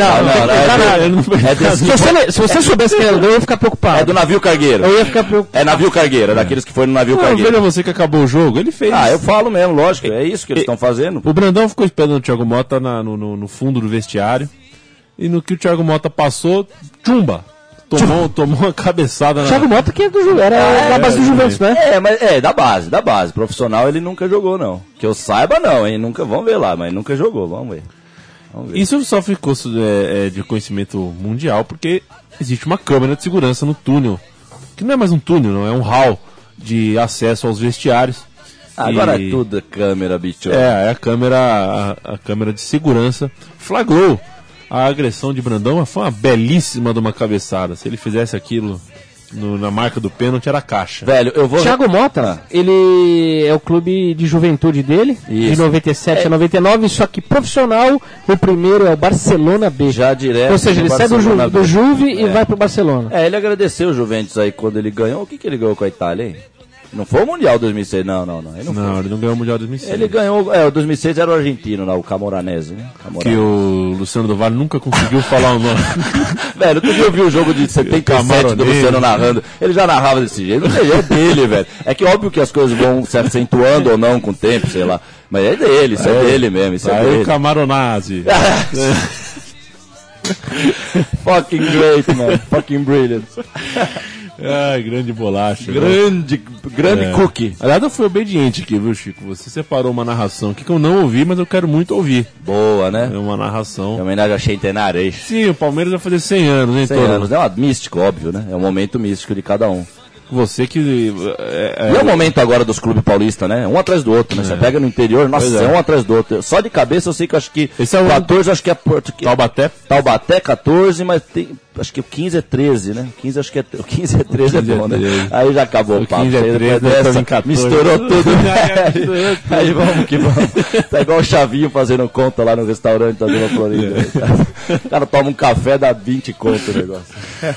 Se você soubesse quem era, eu ia ficar preocupado. É do navio cargueiro. Eu ia ficar preocupado. É navio cargueiro, é daqueles que foi no navio cargueiro. Veja você que acabou o jogo, ele fez. Eu falo mesmo, lógico, é isso que eles estão fazendo. O Brandão ficou esperando o Thiago Mota no fundo do vestiário. E no que o Thiago Mota passou, tchumba! Tomou uma cabeçada na... Thiago Mota que é era da base do Juventus, né? Mas da base. Profissional ele nunca jogou, não. Que eu saiba, não, hein? Vamos ver lá, mas nunca jogou, vamos ver. Isso só ficou de conhecimento mundial porque existe uma câmera de segurança no túnel. Que não é mais um túnel, não, é um hall de acesso aos vestiários. Agora é tudo câmera, bicho. A câmera de segurança flagrou a agressão de Brandão. Foi uma belíssima de uma cabeçada. Se ele fizesse aquilo na marca do pênalti, era caixa. Velho, eu vou... Thiago Mota, ele é o clube de juventude dele, de 97 a 99, só que profissional, o primeiro é o Barcelona B. Já direto. Ou seja, ele sai do Juve e vai pro Barcelona. Ele agradeceu o Juventus aí quando ele ganhou. O que ele ganhou com a Itália, hein? Não foi o Mundial 2006, não. Ele não ganhou o Mundial 2006. Ele ganhou, o 2006 era o argentino lá, o Camoranese, né? Que o Luciano do Vale nunca conseguiu falar o nome. Velho, tu viu o jogo de 77 do Luciano narrando? Ele já narrava desse jeito, é dele, velho. É que óbvio que as coisas vão se acentuando ou não com o tempo, sei lá. Mas é dele, isso é dele mesmo, isso é dele. O Camaronazzi. Fucking great, man. Fucking brilliant. Grande bolacha. Grande cookie. Aliás, eu fui obediente aqui, viu, Chico? Você separou uma narração aqui que eu não ouvi, mas eu quero muito ouvir. Boa, né? É uma narração. É uma homenagem ao centenário, é isso? Sim, o Palmeiras vai fazer 100 anos, hein, 100 anos. É místico, óbvio, né? É um momento místico de cada um. Você que... E é o momento agora dos clubes paulistas, né? Um atrás do outro, né? Você pega no interior, nossa, um atrás do outro. Só de cabeça eu sei que eu acho que esse é o 14, acho que é Porto... Taubaté 14, mas tem... Acho que o 15 é 13, né? 15 acho que é... O 15 é 13 é bom, né? Aí já acabou o papo. 15 é 13, misturou tudo. Aí vamos que vamos. Tá igual o Chavinho fazendo conta lá no restaurante da Vila Florinda. O cara toma um café, dá 20 conto o negócio.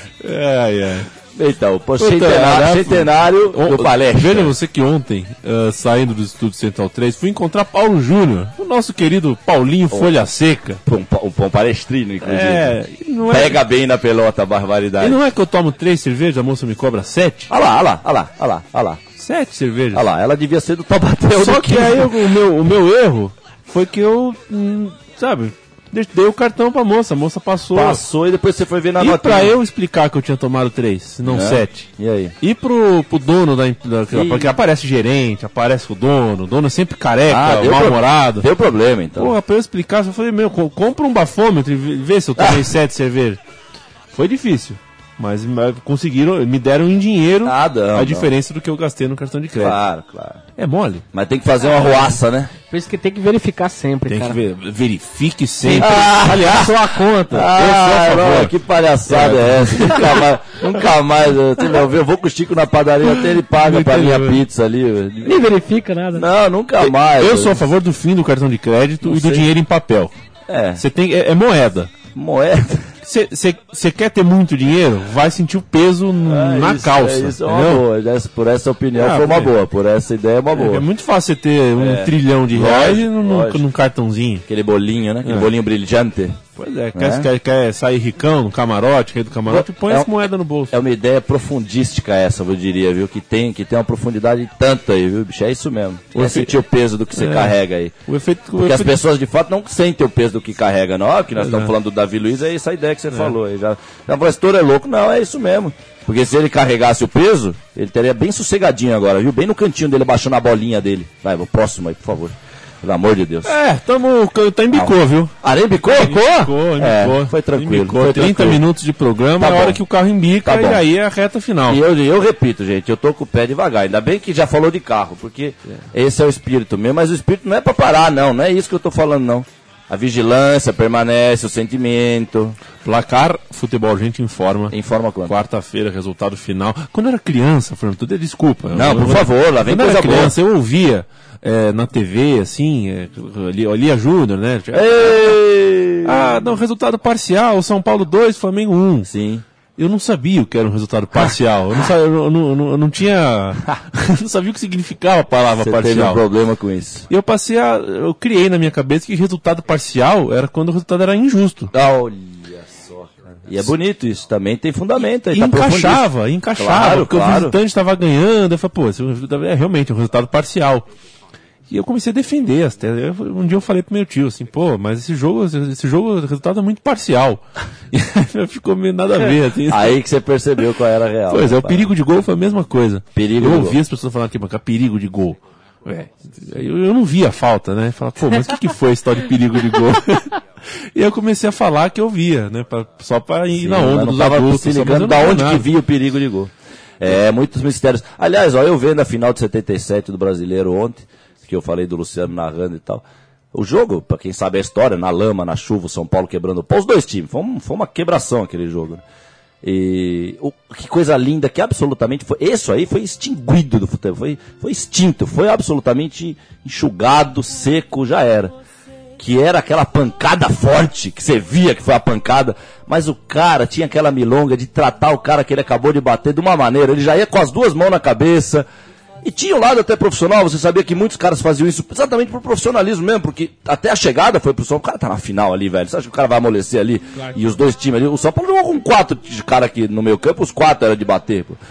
Então, centenário do Palestra. Veja você que ontem, saindo do Estúdio Central 3, fui encontrar Paulo Júnior, o nosso querido Paulinho Folha Seca. Um palestrino, inclusive. Pega bem na pelota, barbaridade. E não é que eu tomo 3 cervejas, a moça me cobra 7? Olha lá. 7 cervejas. Olha lá, ela devia ser do Taubaté. Só que aí o meu erro foi que eu, dei o cartão pra moça, a moça passou e depois você foi ver na notinha. E pra eu explicar que eu tinha tomado 3, não 7. E aí? E pro dono porque aparece gerente, aparece o dono é sempre careca, mal-humorado. Deu problema, então. Porra, pra eu explicar, eu falei, compra um bafômetro e vê se eu tomei 7 cervejas. Foi difícil. Mas conseguiram, me deram em dinheiro a diferença do que eu gastei no cartão de crédito. Claro. É mole. Mas tem que fazer uma arruaça, né? Por isso que tem que verificar sempre, tem cara. Tem que verifique sempre. Aliás, sua conta. Que palhaçada é essa? Nunca mais. Eu vou com o Chico na padaria, até ele paga pra minha pizza ali. Nem verifica nada. Não, nunca mais. Eu sou a favor do fim do cartão de crédito e do dinheiro em papel. Você tem, é moeda. moeda. Você quer ter muito dinheiro? Vai sentir o peso na calça. Isso é uma boa. Por essa opinião foi uma boa. Por essa ideia é uma boa. É muito fácil você ter 1 trilhão de reais num cartãozinho. Aquele bolinho, né? Aquele bolinho brilhante. Pois é, quer sair ricão no camarote, quer ir do camarote, põe essa moeda no bolso. É uma ideia profundística essa, eu diria, viu? Que tem uma profundidade tanta aí, viu, bicho? É isso mesmo. Sentir o peso do que você carrega aí. Porque as pessoas de fato não sentem o peso do que carrega, não. Ó, que nós estamos falando do Davi Luiz, é essa ideia que você falou aí. Já falou, esse touro é louco. Não, é isso mesmo. Porque se ele carregasse o peso, ele estaria bem sossegadinho agora, viu? Bem no cantinho dele, baixando a bolinha dele. Vai, o próximo aí, por favor. Pelo amor de Deus. Tá embicou, viu? Embicou? Embicou. Foi tranquilo. Foi 30 minutos de programa, a hora que o carro embica e aí é a reta final. E eu repito, gente, eu tô com o pé devagar. Ainda bem que já falou de carro, porque esse é o espírito mesmo, mas o espírito não é pra parar, não é isso que eu tô falando, não. A vigilância permanece, o sentimento. Placar Futebol, a gente informa. Informa quando? Quarta-feira, resultado final. Quando eu era criança, Fernando, desculpa. Não, por favor, lá vem coisa boa. Quando eu era criança, boa. eu ouvia na TV, assim, Lia Júnior, né? Resultado parcial, São Paulo 2, Flamengo 1. Sim. Eu não sabia o que era um resultado parcial. Eu não tinha... eu não sabia o que significava a palavra Você parcial. Teve um problema com isso. E eu criei na minha cabeça que resultado parcial era quando o resultado era injusto. Olha só, cara. E é bonito isso, também tem fundamento. E encaixava, claro, porque o visitante estava ganhando. Eu falei, realmente, um resultado parcial. E eu comecei a defender as teses. Um dia eu falei pro meu tio assim, mas esse jogo, o resultado é muito parcial. E ficou meio nada a ver. Assim. Aí que você percebeu qual era a real. Pois o perigo de gol foi a mesma coisa. Eu ouvi as pessoas falando aqui, perigo de gol. Eu não via a falta, né? Falava, mas o que foi esse tal de perigo de gol? E eu comecei a falar que eu via, né? Só pra ir na onda dos adultos. Se ligando da onde que via o perigo de gol. Muitos mistérios. Aliás, eu vendo a final de 77 do Brasileiro ontem, que eu falei do Luciano narrando e tal. O jogo, pra quem sabe a história, na lama, na chuva, o São Paulo quebrando o pau, os dois times, foi uma quebração aquele jogo. Né? E que coisa linda, que absolutamente isso aí foi extinguido do futebol, foi extinto, foi absolutamente enxugado, seco, já era. Que era aquela pancada forte, que você via que foi a pancada, mas o cara tinha aquela milonga de tratar o cara que ele acabou de bater de uma maneira, ele já ia com as duas mãos na cabeça. E tinha um lado até profissional, você sabia que muitos caras faziam isso exatamente por profissionalismo mesmo, porque até a chegada foi pro São Paulo. O cara tá na final ali, velho. Você acha que o cara vai amolecer ali? Claro. E os dois times ali. O São Paulo jogou com 4 de cara aqui no meio campo, os 4 era de bater. Pô.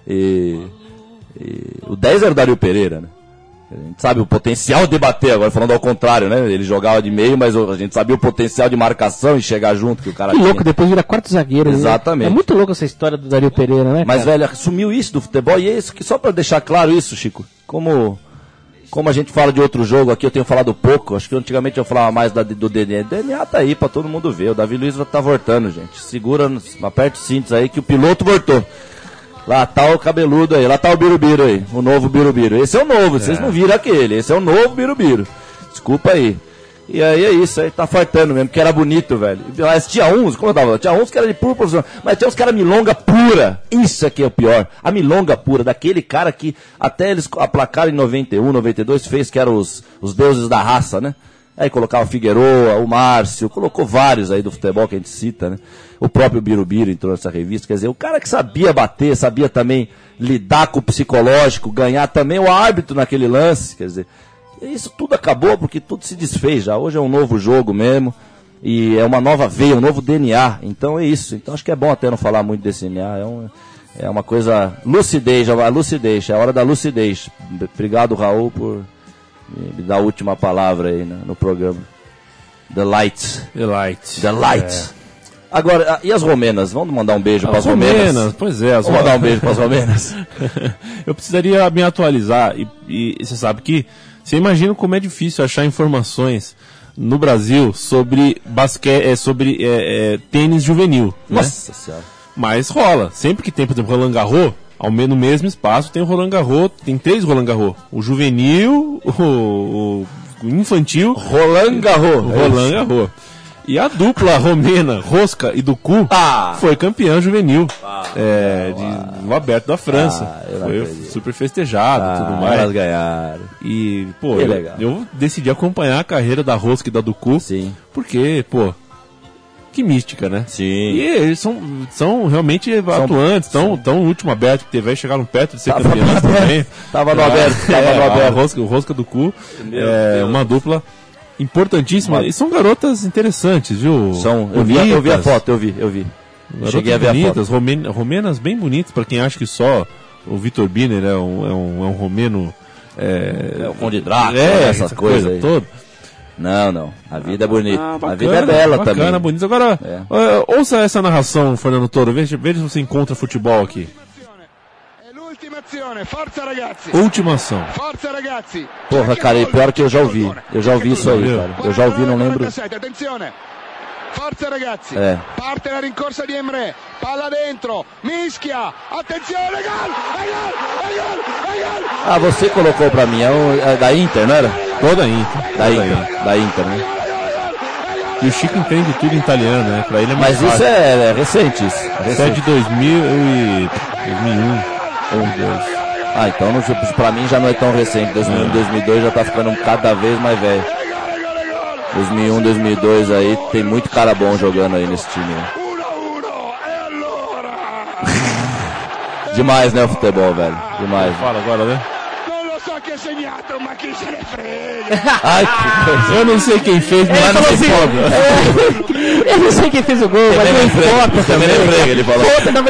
O 10 era o Dario Pereira, né? A gente sabe o potencial de bater, agora falando ao contrário, né? Ele jogava de meio, mas a gente sabia o potencial de marcação e chegar junto que o cara tinha. Louco, depois vira quarto zagueiro. Exatamente. Né? É muito louco essa história do Dario Pereira, né? Mas, velho, assumiu isso do futebol e é isso que, só pra deixar claro isso, Chico, como a gente fala de outro jogo aqui, eu tenho falado pouco, acho que antigamente eu falava mais do DNA. O DNA tá aí pra todo mundo ver, o Davi Luiz tá voltando, gente. Segura, aperte os cintos aí que o piloto voltou. Lá tá o cabeludo aí, lá tá o Birubiru aí, o novo Birubiru. Esse é o novo, vocês não viram aquele, esse é o novo Birubiru. Desculpa aí. E aí é isso, aí tá fartando mesmo, porque era bonito, velho. Mas tinha uns, como eu tava falando, tinha uns que era de puro profissional, mas tinha uns que era milonga pura. Isso aqui é o pior. A milonga pura, daquele cara que até eles aplacaram em 91, 92, fez que eram os deuses da raça, né? Aí colocava o Figueroa, o Márcio, colocou vários aí do futebol que a gente cita, né? O próprio Birubiru entrou nessa revista, quer dizer, o cara que sabia bater, sabia também lidar com o psicológico, ganhar também o árbitro naquele lance, quer dizer, isso tudo acabou porque tudo se desfez já, hoje é um novo jogo mesmo, e é uma nova veia, um novo DNA, então é isso, então acho que é bom até não falar muito desse DNA, é uma coisa, lucidez, é a hora da lucidez. Obrigado, Raul, por me dar a última palavra aí no programa. The Light. Agora, e as romenas? Vamos mandar um beijo para as romenas? Pois é. Vamos mandar um beijo para as romenas? Eu precisaria me atualizar e você sabe que você imagina como é difícil achar informações no Brasil sobre tênis juvenil. Nossa né? Senhora. Mas rola. Sempre que tem, por exemplo, Roland Garros, no mesmo espaço tem o Roland Garros, tem 3 Roland Garros. O juvenil, o infantil. Roland Garros. E a dupla romena, Rosca e Ducu, foi campeã juvenil no Aberto da França. Foi super festejado e tudo mais. Elas ganharam. E, eu decidi acompanhar a carreira da Rosca e da Ducu. Sim. Porque, que mística, né? Sim. E eles são realmente atuantes, estão no último aberto que teve, aí chegaram perto de ser campeões também. Tava no aberto. O Rosca do Cu, uma dupla importantíssima. E são garotas interessantes, viu? Eu vi a foto, eu vi. Cheguei a ver bonitas, a foto. Romenas bem bonitas, pra quem acha que só o Vitor Biner é um romeno. O Conde Drácula, essas coisas aí. Toda. Não. A vida é bonita. Bacana, a vida é bela bacana, também. Bonita. Agora, ouça essa narração, Fernando Toro. Veja se você encontra futebol aqui. Última ação. Porra, cara, e pior que eu já ouvi. Eu já ouvi isso aí, cara. Eu já ouvi, não lembro. Forza ragazzi, parte la rincorsa di Emre, palla dentro, mischia, attenzione, gol! Ah, você colocou pra mim, é da Inter, não era? Toda Inter. Da Inter, né? E o Chico entende tudo em italiano, né? Pra ele é mais fácil. Mas isso é recente, isso. Isso é de 2001. 2002. Ah, então pra mim já não é tão recente. 2001, 2002 já tá ficando cada vez mais velho. 2001, 2002 aí, tem muito cara bom jogando aí nesse time, né? Demais, né, o futebol, velho? Demais. Fala agora, né? Ai, eu não sei quem fez, mas não se importa. Eu não sei quem fez o gol, mas não importa também. Ele falou.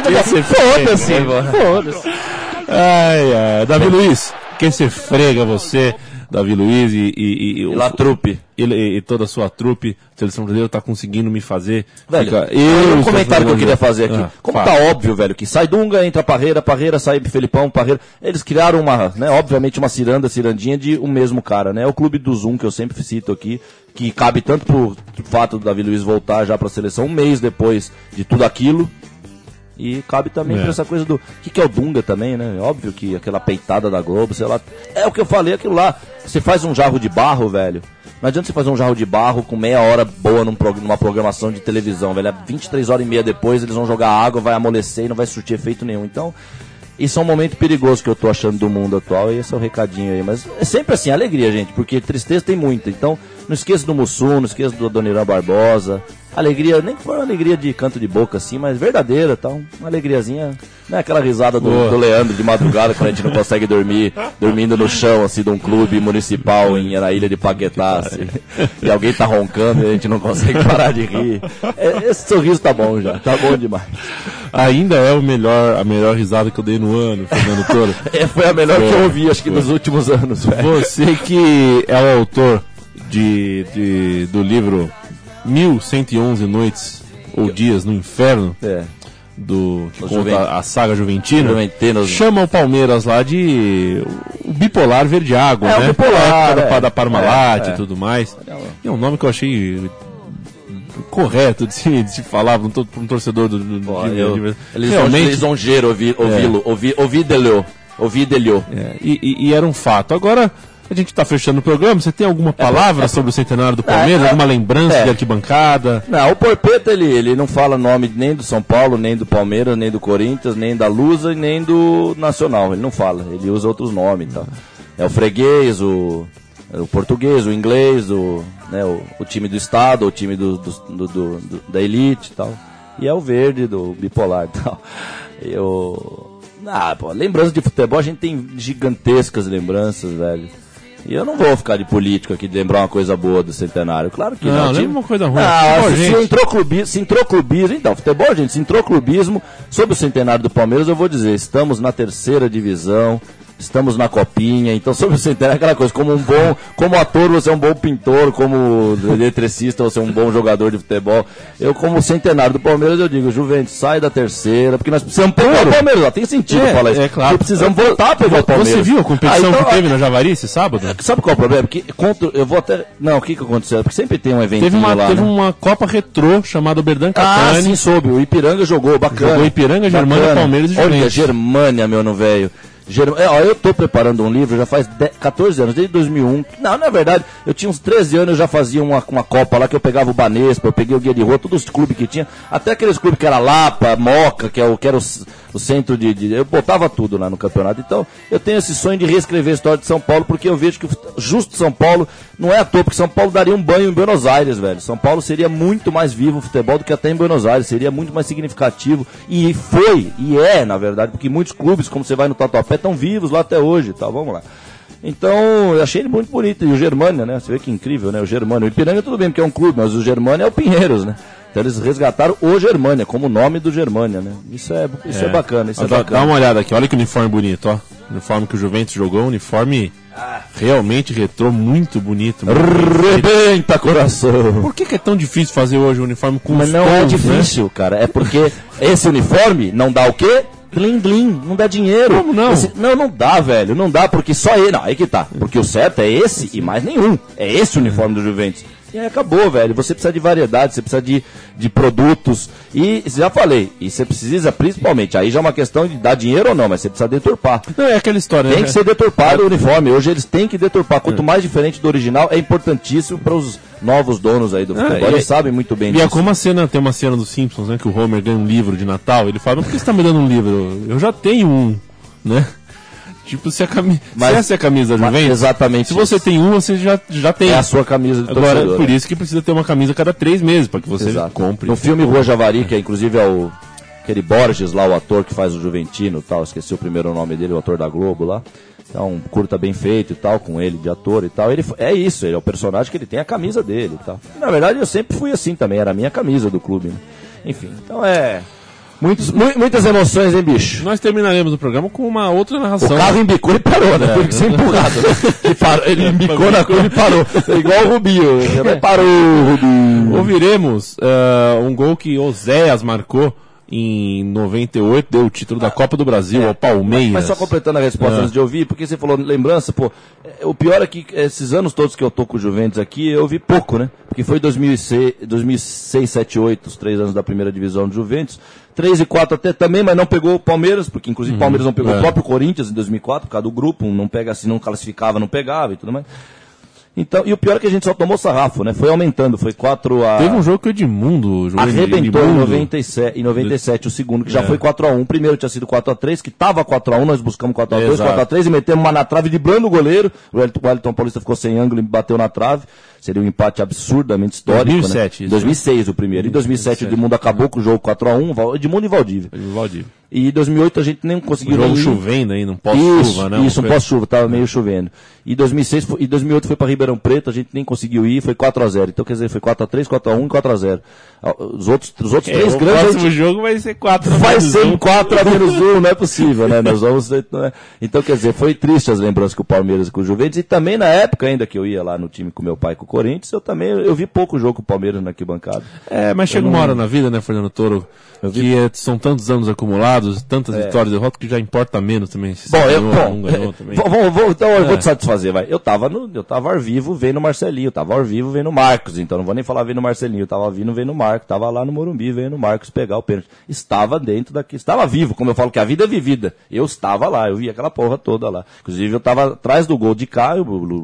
Foda-se. Ai, Davi Luiz, quem se frega você? Davi Luiz e La Trupe. E toda a sua trupe, a seleção brasileira tá conseguindo me fazer. Velho, um comentário que eu queria fazer aqui. Tá óbvio, velho, que sai Dunga, entra Parreira, sai Felipão, Parreira. Eles criaram obviamente uma cirandinha de um mesmo cara, né? É o clube do Zoom que eu sempre cito aqui, que cabe tanto pro fato do Davi Luiz voltar já pra seleção um mês depois de tudo aquilo. E cabe também pra essa coisa do... O que é o Dunga também, né? Óbvio que aquela peitada da Globo, sei lá... É o que eu falei, aquilo lá. Você faz um jarro de barro, velho. Não adianta você fazer um jarro de barro com meia hora boa numa programação de televisão, velho. 23 horas e meia depois eles vão jogar água, vai amolecer e não vai surtir efeito nenhum. Então, isso é um momento perigoso que eu tô achando do mundo atual. E esse é o recadinho aí. Mas é sempre assim, alegria, gente. Porque tristeza tem muita. Então, não esqueça do Mussum, não esqueça do Adoniran Barbosa. Alegria, nem que for uma alegria de canto de boca assim, mas verdadeira, tá? Uma alegriazinha, não é aquela risada do Leandro de madrugada quando a gente não consegue dormir, dormindo no chão assim de um clube municipal na ilha de Paquetá, assim, e alguém tá roncando e a gente não consegue parar de rir. Esse sorriso tá bom já, tá bom demais. Ainda é a melhor risada que eu dei no ano, Fernando Toro. Foi a melhor que eu ouvi, acho que nos últimos anos, velho. Você que é o autor do livro 1111 Noites ou Dias no Inferno, que conta a saga Juventina, chama o Palmeiras lá de o bipolar verde água, né? O bipolar, da Parmalat e tudo mais. É um nome que eu achei correto de se falar para um torcedor do lisonjeiro ouvi Delio. E era um fato. Agora a gente está fechando o programa. Você tem alguma palavra sobre o centenário do Palmeiras? Alguma lembrança de arquibancada? Não, o Porpeta ele não fala nome nem do São Paulo, nem do Palmeiras, nem do Corinthians, nem da Lusa e nem do Nacional. Ele não fala, ele usa outros nomes e tal. É o freguês, o português, o inglês, o time do estado, o time da elite e tal. E é o verde do bipolar e tal. Lembranças de futebol, a gente tem gigantescas lembranças, velho. E eu não vou ficar de político aqui de lembrar uma coisa boa do centenário. Claro que não. Lembra uma coisa ruim. Se entrou clubismo. Então, futebol, gente, se entrou clubismo sobre o centenário do Palmeiras, eu vou dizer, estamos na 3ª divisão. Estamos na copinha, então sobre o centenário é aquela coisa, como ator você é um bom pintor, como eletricista você é um bom jogador de futebol. Eu como centenário do Palmeiras eu digo, Juventus, sai da 3ª, porque nós precisamos pegar o Palmeiras, tem sentido falar isso. Claro. Precisamos voltar a pegar o Palmeiras. Você viu a competição que teve na Javari esse sábado? Sabe qual é o problema? Porque eu vou até... Não, o que aconteceu? Porque sempre tem um eventinho Teve uma Copa Retrô chamada Berdan Catani. Sim, soube, o Ipiranga jogou, bacana. Jogou Ipiranga, Germânia, Palmeiras e Juventus. Olha, Germânia, meu no velho. Eu tô preparando um livro já faz 14 anos, desde 2001. Não é verdade, eu tinha uns 13 anos, eu já fazia uma Copa lá que eu pegava o Banespa, eu peguei o Guia de Rua, todos os clubes que tinha, até aqueles clubes que era Lapa, Moca, que era o centro eu botava tudo lá no campeonato. Então, eu tenho esse sonho de reescrever a história de São Paulo, porque eu vejo que justo São Paulo não é à toa, porque São Paulo daria um banho em Buenos Aires, velho. São Paulo seria muito mais vivo o futebol do que até em Buenos Aires, seria muito mais significativo, e na verdade, porque muitos clubes, como você vai no Tatuapé, estão vivos lá até hoje, tá? Vamos lá. Então, eu achei ele muito bonito. E o Germânia, né? Você vê que incrível, né? O Germânia. O Ipiranga tudo bem, porque é um clube, mas o Germânia é o Pinheiros, né? Então eles resgataram o Germânia, como o nome do Germânia, né? Isso é bacana, isso é bacana. Dá uma olhada aqui, olha que uniforme bonito, ó. O uniforme que o Juventus jogou, uniforme realmente retrô, muito bonito. Rebenta coração! Por que é tão difícil fazer hoje o uniforme com Mas os não tons, é difícil, né? cara. É porque esse uniforme não dá o quê? Glim glim, não dá dinheiro. Como não? Não dá, velho. Não dá, porque só ele. Não, aí que tá. Porque o certo é esse e mais nenhum. É esse o uniforme do Juventus. E aí acabou, velho. Você precisa de variedade, você precisa de produtos. E já falei, e você precisa principalmente, aí já é uma questão de dar dinheiro ou não, mas você precisa deturpar. Não, é aquela história, Tem né? que ser deturpado o uniforme. Hoje eles têm que deturpar. Quanto mais diferente do original, é importantíssimo para os novos donos aí do futebol. Eles sabem muito bem disso. E é como tem uma cena dos Simpsons, né? Que o Homer ganha um livro de Natal. Ele fala, mas por que você tá me dando um livro? Eu já tenho um, né? Tipo, se essa é a camisa da Juventus, exatamente. Se você tem uma, você já tem. É a sua camisa de Agora, torcedor, por isso que precisa ter uma camisa a cada 3 meses, para que você compre. No filme Rua Javari, que inclusive é aquele Borges lá, o ator que faz o Juventino e tal, esqueci o primeiro nome dele, o ator da Globo lá. Então, um curta bem feito e tal, com ele de ator e tal. Ele é isso, ele é o personagem que ele tem a camisa dele e tal. E, na verdade, eu sempre fui assim também, era a minha camisa do clube, né? Enfim, então muitas emoções, hein, bicho? Nós terminaremos o programa com uma outra narração. O carro embicou e parou, né? Teve que ser empurrado, né? Ele embicou na coisa e parou. É igual o Rubinho. Parou, Rubinho. Ouviremos um gol que Oséias marcou em 98, deu o título da Copa do Brasil ao Palmeiras. Mas só completando a resposta antes de ouvir, porque você falou lembrança, pô, o pior é que esses anos todos que eu tô com o Juventus aqui, eu vi pouco, né? Porque foi 2006, 2007, 2008, os 3 anos da primeira divisão do Juventus, 3 e 4 até também, mas não pegou o Palmeiras, porque inclusive o Palmeiras não pegou o próprio Corinthians em 2004, por causa do grupo, não pega assim, não classificava, não pegava e tudo mais. Então, e o pior é que a gente só tomou sarrafo, né? Foi aumentando, foi 4-1. Teve um jogo que o Edmundo jogou arrebentou em 97, o segundo, que já foi 4-1. O primeiro tinha sido 4-3, que tava 4-1, nós buscamos 4-2, 4-3 e metemos uma na trave de Brando, o goleiro. O Wellington Paulista ficou sem ângulo e bateu na trave. Seria um empate absurdamente histórico, 2007, né? 2006 o primeiro. Em 2007 o Edmundo acabou com o jogo 4-1, Edmundo e Valdívia. E em 2008 a gente nem conseguiu... O jogo chovendo aí, não pós-chuva, né? Isso, um pós-chuva, tava meio chovendo. E 2008 foi para Ribeirão Preto, a gente nem conseguiu ir, foi 4-0. Então, quer dizer, foi 4-3, 4-1 e 4-0. Os outros 3 grandes... O próximo jogo vai ser 4 vai ser 4-1, não é possível, né? Nós vamos... Então, quer dizer, foi triste as lembranças com o Palmeiras e com o Juventus. E também na época ainda que eu ia lá no time com meu pai e com o Corinthians, eu vi pouco jogo com o Palmeiras na arquibancada. Mas chega uma hora na vida, né, Fernando Toro, que são tantos anos acumulados, tantas vitórias e derrotas, que já importa menos também. Se ganhou também. Então eu vou te satisfazer, vai. Eu tava ao vivo vendo o Marcelinho, eu tava ao vivo vendo o Marcos, então não vou nem falar vendo o Marcelinho, eu tava vindo vendo o Marcos, tava lá no Morumbi vendo o Marcos pegar o pênalti. Estava dentro daqui, estava vivo, como eu falo que a vida é vivida. Eu estava lá, eu vi aquela porra toda lá. Inclusive eu tava atrás do gol de cá,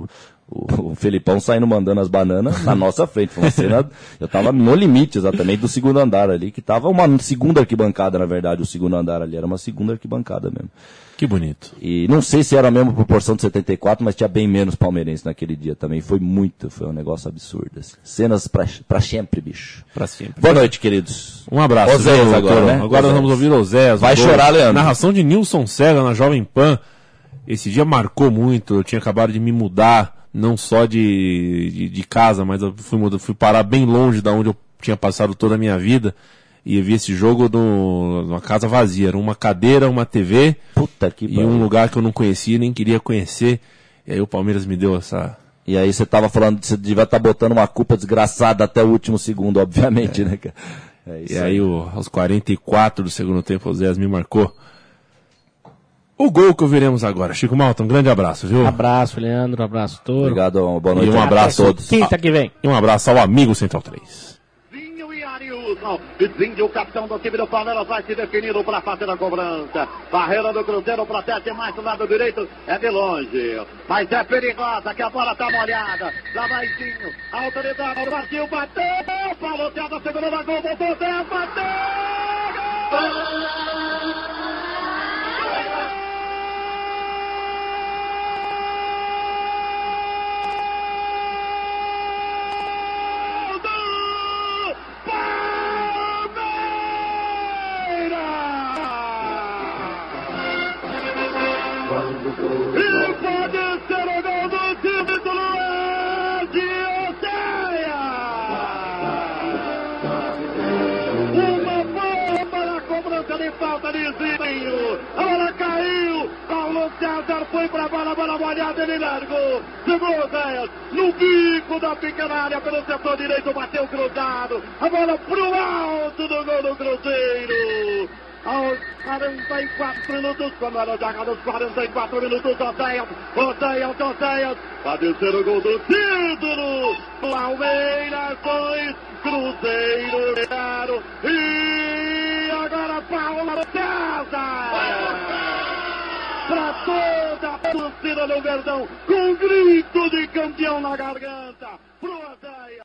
o Felipão saindo mandando as bananas na nossa frente. Foi uma cena, eu tava no limite exatamente do segundo andar ali, que tava uma segunda arquibancada, na verdade, o segundo andar ali, era uma segunda arquibancada mesmo. Que bonito. E não sei se era a mesma proporção de 74, mas tinha bem menos palmeirense naquele dia também. Foi um negócio absurdo. Assim. Cenas pra sempre, bicho. Pra sempre. Boa noite, queridos. Um abraço. Oséias agora, né? Agora nós vamos ouvir Oséias. Vai chorar, Leandro. Narração de Nilson Cega na Jovem Pan. Esse dia marcou muito. Eu tinha acabado de me mudar, não só de casa, mas eu fui parar bem longe da onde eu tinha passado toda a minha vida. E eu vi esse jogo numa casa vazia. Era uma cadeira, uma TV e um lugar que eu não conhecia, nem queria conhecer. E aí o Palmeiras me deu essa... E aí você tava falando que você devia estar botando uma culpa desgraçada até o último segundo, obviamente, né, cara? E aí aos 44 do segundo tempo, o Zé me marcou. O gol que ouviremos agora. Chico Malta, um grande abraço, viu? Abraço, Leandro, abraço, Toro. Obrigado, boa noite. E um abraço a todos. Quinta que vem. E um abraço ao amigo Central 3. Zinho, o capitão do time do Palmeiras, vai se definindo para fazer a cobrança. Barreira do Cruzeiro, protege mais do lado direito, é de longe. Mas é perigosa, que a bola tá molhada. Lá vai Zinho, a autoridade, partiu, bateu. Paulo César segurou na gol, voltou, bateu! Gol! César foi pra bola molhada, ele largou. Chegou o Zéias no bico da pequena área pelo setor direito, bateu cruzado. A bola pro alto do gol do Cruzeiro. Aos 44 minutos, quando era já nos 44 minutos, Oséias, para descer o gol do título. Palmeiras 2, Cruzeiro 0. E agora Paulo César. Para toda a torcida do Verdão, com grito de campeão na garganta. Pro Oséias.